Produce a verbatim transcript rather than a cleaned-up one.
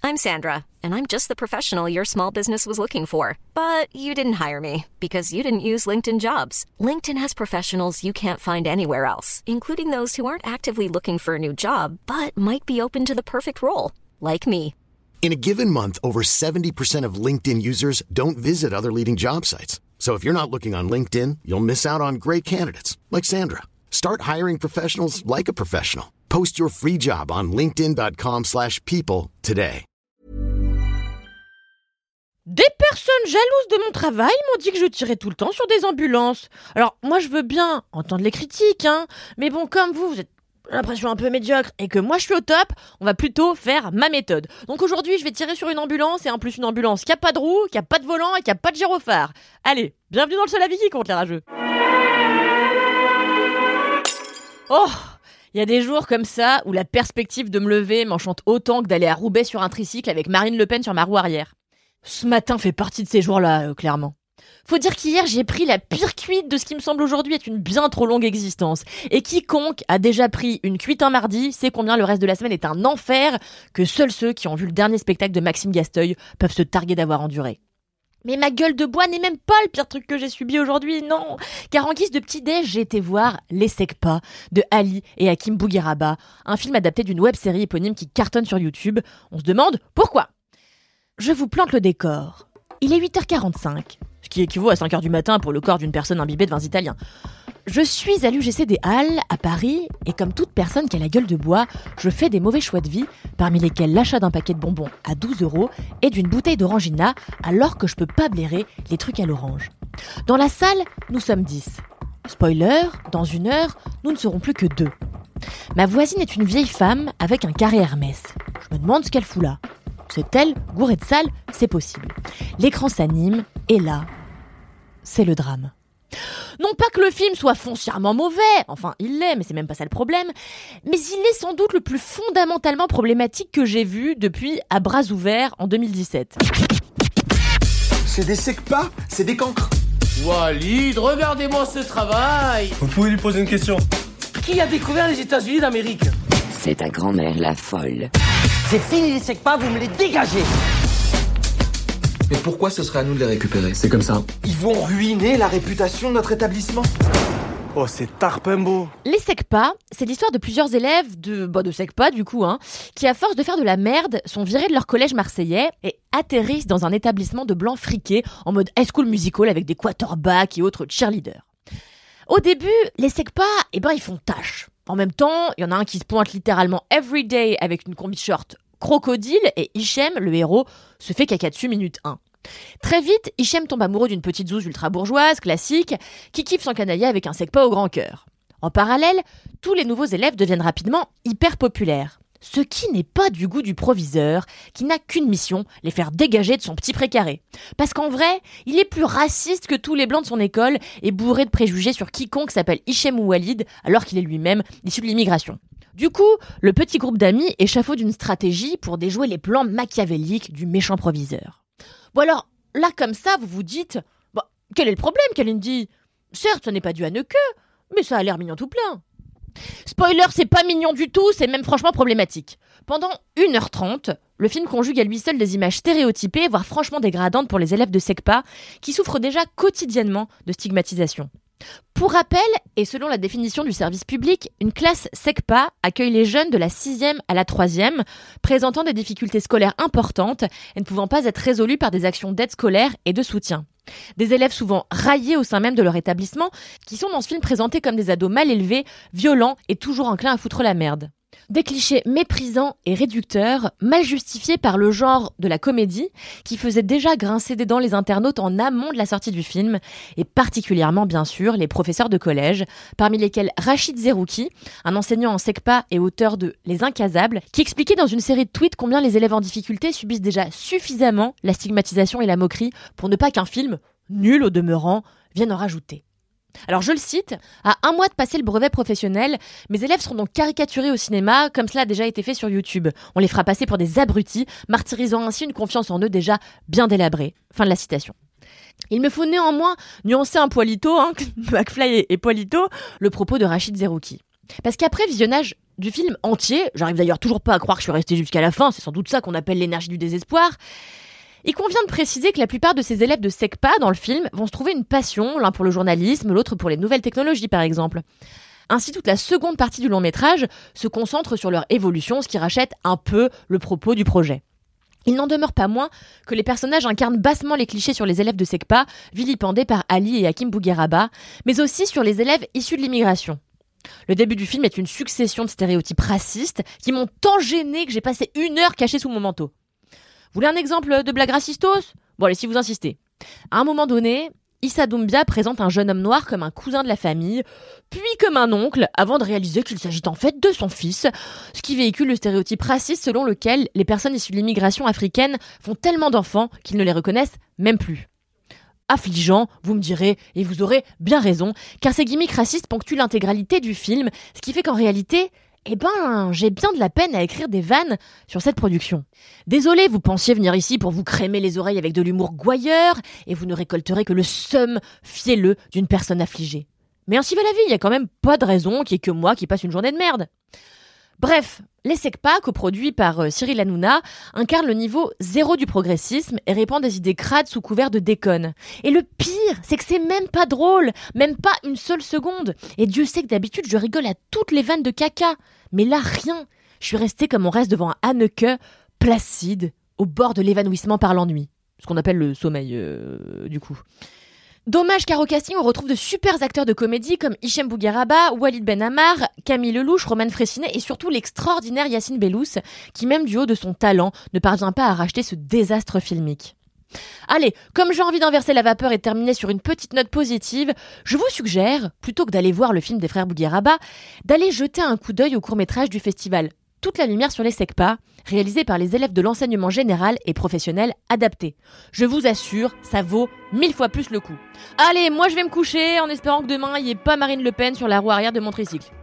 I'm Sandra, and I'm just the professional your small business was looking for. But you didn't hire me because you didn't use LinkedIn Jobs. LinkedIn has professionals you can't find anywhere else, including those who aren't actively looking for a new job, but might be open to the perfect role, like me. In a given month, over seventy percent of LinkedIn users don't visit other leading job sites. So if you're not looking on LinkedIn, you'll miss out on great candidates like Sandra. Start hiring professionals like a professional. Post your free job on linkedin.com slash people today. Des personnes jalouses de mon travail m'ont dit que je tirais tout le temps sur des ambulances. Alors, moi, je veux bien entendre les critiques, hein. Mais bon, comme vous, vous êtes j'ai l'impression un peu médiocre et que moi je suis au top, on va plutôt faire ma méthode. Donc aujourd'hui, je vais tirer sur une ambulance et en plus une ambulance qui a pas de roue, qui a pas de volant et qui a pas de gyrophare. Allez, bienvenue dans le seul avis qui compte, les rageux. Oh, il y a des jours comme ça où la perspective de me lever m'enchante autant que d'aller à Roubaix sur un tricycle avec Marine Le Pen sur ma roue arrière. Ce matin fait partie de ces jours-là, euh, clairement. Faut dire qu'hier, j'ai pris la pire cuite de ce qui me semble aujourd'hui être une bien trop longue existence. Et quiconque a déjà pris une cuite un mardi sait combien le reste de la semaine est un enfer que seuls ceux qui ont vu le dernier spectacle de Maxime Gasteuil peuvent se targuer d'avoir enduré. Mais ma gueule de bois n'est même pas le pire truc que j'ai subi aujourd'hui, non. Car en guise de petit-déj, j'ai été voir Les Secpas de Ali et Hakim Bougueraba, un film adapté d'une web-série éponyme qui cartonne sur YouTube. On se demande pourquoi. Je vous plante le décor. Il est huit heures quarante-cinq, ce qui équivaut à cinq heures du matin pour le corps d'une personne imbibée de vins italiens. Je suis à l'U G C des Halles, à Paris, et comme toute personne qui a la gueule de bois, je fais des mauvais choix de vie, parmi lesquels l'achat d'un paquet de bonbons à douze euros et d'une bouteille d'orangina, alors que je peux pas blairer les trucs à l'orange. Dans la salle, nous sommes dix. Spoiler, dans une heure, nous ne serons plus que deux. Ma voisine est une vieille femme avec un carré Hermès. Je me demande ce qu'elle fout là. C'est elle, gourée de salle, c'est possible. L'écran s'anime, et là, c'est le drame. Non pas que le film soit foncièrement mauvais, enfin il l'est, mais c'est même pas ça le problème, mais il est sans doute le plus fondamentalement problématique que j'ai vu depuis À bras ouverts en deux mille dix-sept. C'est des secpas, c'est des cancres. Walid, regardez-moi ce travail. Vous pouvez lui poser une question. Qui a découvert les États-Unis d'Amérique? C'est ta grand-mère la folle. C'est fini les secpas, vous me les dégagez. Mais pourquoi ce serait à nous de les récupérer? C'est comme ça. Ils vont ruiner la réputation de notre établissement. Oh, c'est tarpembo. Les Secpas, c'est l'histoire de plusieurs élèves de, bah de Secpas du coup, hein, qui à force de faire de la merde sont virés de leur collège marseillais et atterrissent dans un établissement de blancs friqués en mode high school musical avec des quarterbacks et autres cheerleaders. Au début, les Secpas, eh ben ils font tâche. En même temps, il y en a un qui se pointe littéralement everyday avec une combi short crocodile et Hichem, le héros, se fait caca dessus minute un. Très vite, Hichem tombe amoureux d'une petite zouze ultra bourgeoise, classique, qui kiffe son canailler avec un secpa au grand cœur. En parallèle, tous les nouveaux élèves deviennent rapidement hyper populaires. Ce qui n'est pas du goût du proviseur, qui n'a qu'une mission, les faire dégager de son petit précaré. Parce qu'en vrai, il est plus raciste que tous les blancs de son école et bourré de préjugés sur quiconque s'appelle Hichem ou Walid, alors qu'il est lui-même issu de l'immigration. Du coup, le petit groupe d'amis échafaude une stratégie pour déjouer les plans machiavéliques du méchant proviseur. Bon alors, là comme ça, vous vous dites bah, « Quel est le problème, Kalindi ? Certes, ce n'est pas dû à Neuqueux, mais ça a l'air mignon tout plein. » Spoiler, c'est pas mignon du tout, c'est même franchement problématique. Pendant une heure trente, le film conjugue à lui seul des images stéréotypées, voire franchement dégradantes pour les élèves de Secpa, qui souffrent déjà quotidiennement de stigmatisation. Pour rappel, et selon la définition du service public, une classe Secpa accueille les jeunes de la sixième à la troisième, présentant des difficultés scolaires importantes et ne pouvant pas être résolues par des actions d'aide scolaire et de soutien. Des élèves souvent raillés au sein même de leur établissement, qui sont dans ce film présentés comme des ados mal élevés, violents et toujours enclins à foutre la merde. Des clichés méprisants et réducteurs, mal justifiés par le genre de la comédie, qui faisait déjà grincer des dents les internautes en amont de la sortie du film, et particulièrement bien sûr les professeurs de collège, parmi lesquels Rachid Zerouki, un enseignant en Secpa et auteur de Les Incasables, qui expliquait dans une série de tweets combien les élèves en difficulté subissent déjà suffisamment la stigmatisation et la moquerie pour ne pas qu'un film, nul au demeurant, vienne en rajouter. Alors je le cite, à un mois de passer le brevet professionnel, mes élèves seront donc caricaturés au cinéma, comme cela a déjà été fait sur YouTube. On les fera passer pour des abrutis, martyrisant ainsi une confiance en eux déjà bien délabrée. Fin de la citation. Il me faut néanmoins nuancer un poilito, hein, McFly et, et poilito, le propos de Rachid Zerouki. Parce qu'après visionnage du film entier, j'arrive d'ailleurs toujours pas à croire que je suis restée jusqu'à la fin, c'est sans doute ça qu'on appelle l'énergie du désespoir, il convient de préciser que la plupart de ces élèves de SECPA dans le film vont se trouver une passion, l'un pour le journalisme, l'autre pour les nouvelles technologies par exemple. Ainsi, toute la seconde partie du long métrage se concentre sur leur évolution, ce qui rachète un peu le propos du projet. Il n'en demeure pas moins que les personnages incarnent bassement les clichés sur les élèves de SECPA, vilipendés par Ali et Hakim Bougueraba, mais aussi sur les élèves issus de l'immigration. Le début du film est une succession de stéréotypes racistes qui m'ont tant gêné que j'ai passé une heure cachée sous mon manteau. Vous voulez un exemple de blague racistos ? Bon allez, si vous insistez. À un moment donné, Issa Doumbia présente un jeune homme noir comme un cousin de la famille, puis comme un oncle, avant de réaliser qu'il s'agit en fait de son fils, ce qui véhicule le stéréotype raciste selon lequel les personnes issues de l'immigration africaine font tellement d'enfants qu'ils ne les reconnaissent même plus. Affligeant, vous me direz, et vous aurez bien raison, car ces gimmicks racistes ponctuent l'intégralité du film, ce qui fait qu'en réalité, eh ben, j'ai bien de la peine à écrire des vannes sur cette production. Désolé, vous pensiez venir ici pour vous crémer les oreilles avec de l'humour gouailleur, et vous ne récolterez que le seum fielleux d'une personne affligée. Mais ainsi va la vie, il y a quand même pas de raison qu'il y ait que moi qui passe une journée de merde. Bref, les SECPA, coproduits par euh, Cyril Hanouna, incarnent le niveau zéro du progressisme et répandent des idées crades sous couvert de déconne. Et le pire, c'est que c'est même pas drôle, même pas une seule seconde. Et Dieu sait que d'habitude, je rigole à toutes les vannes de caca. Mais là, rien. Je suis restée comme on reste devant un Haneke, placide, au bord de l'évanouissement par l'ennui. Ce qu'on appelle le sommeil, euh, du coup. Dommage car au casting, on retrouve de super acteurs de comédie comme Hichem Bougueraba, Walid Ben Ammar, Camille Lelouch, Roman Frécinet et surtout l'extraordinaire Yacine Bellous, qui même du haut de son talent ne parvient pas à racheter ce désastre filmique. Allez, comme j'ai envie d'inverser la vapeur et de terminer sur une petite note positive, je vous suggère, plutôt que d'aller voir le film des frères Bougueraba, d'aller jeter un coup d'œil au court-métrage du festival Toute la lumière sur les SECPA, réalisé par les élèves de l'enseignement général et professionnel adapté. Je vous assure, ça vaut mille fois plus le coup. Allez, moi je vais me coucher en espérant que demain il n'y ait pas Marine Le Pen sur la roue arrière de mon tricycle.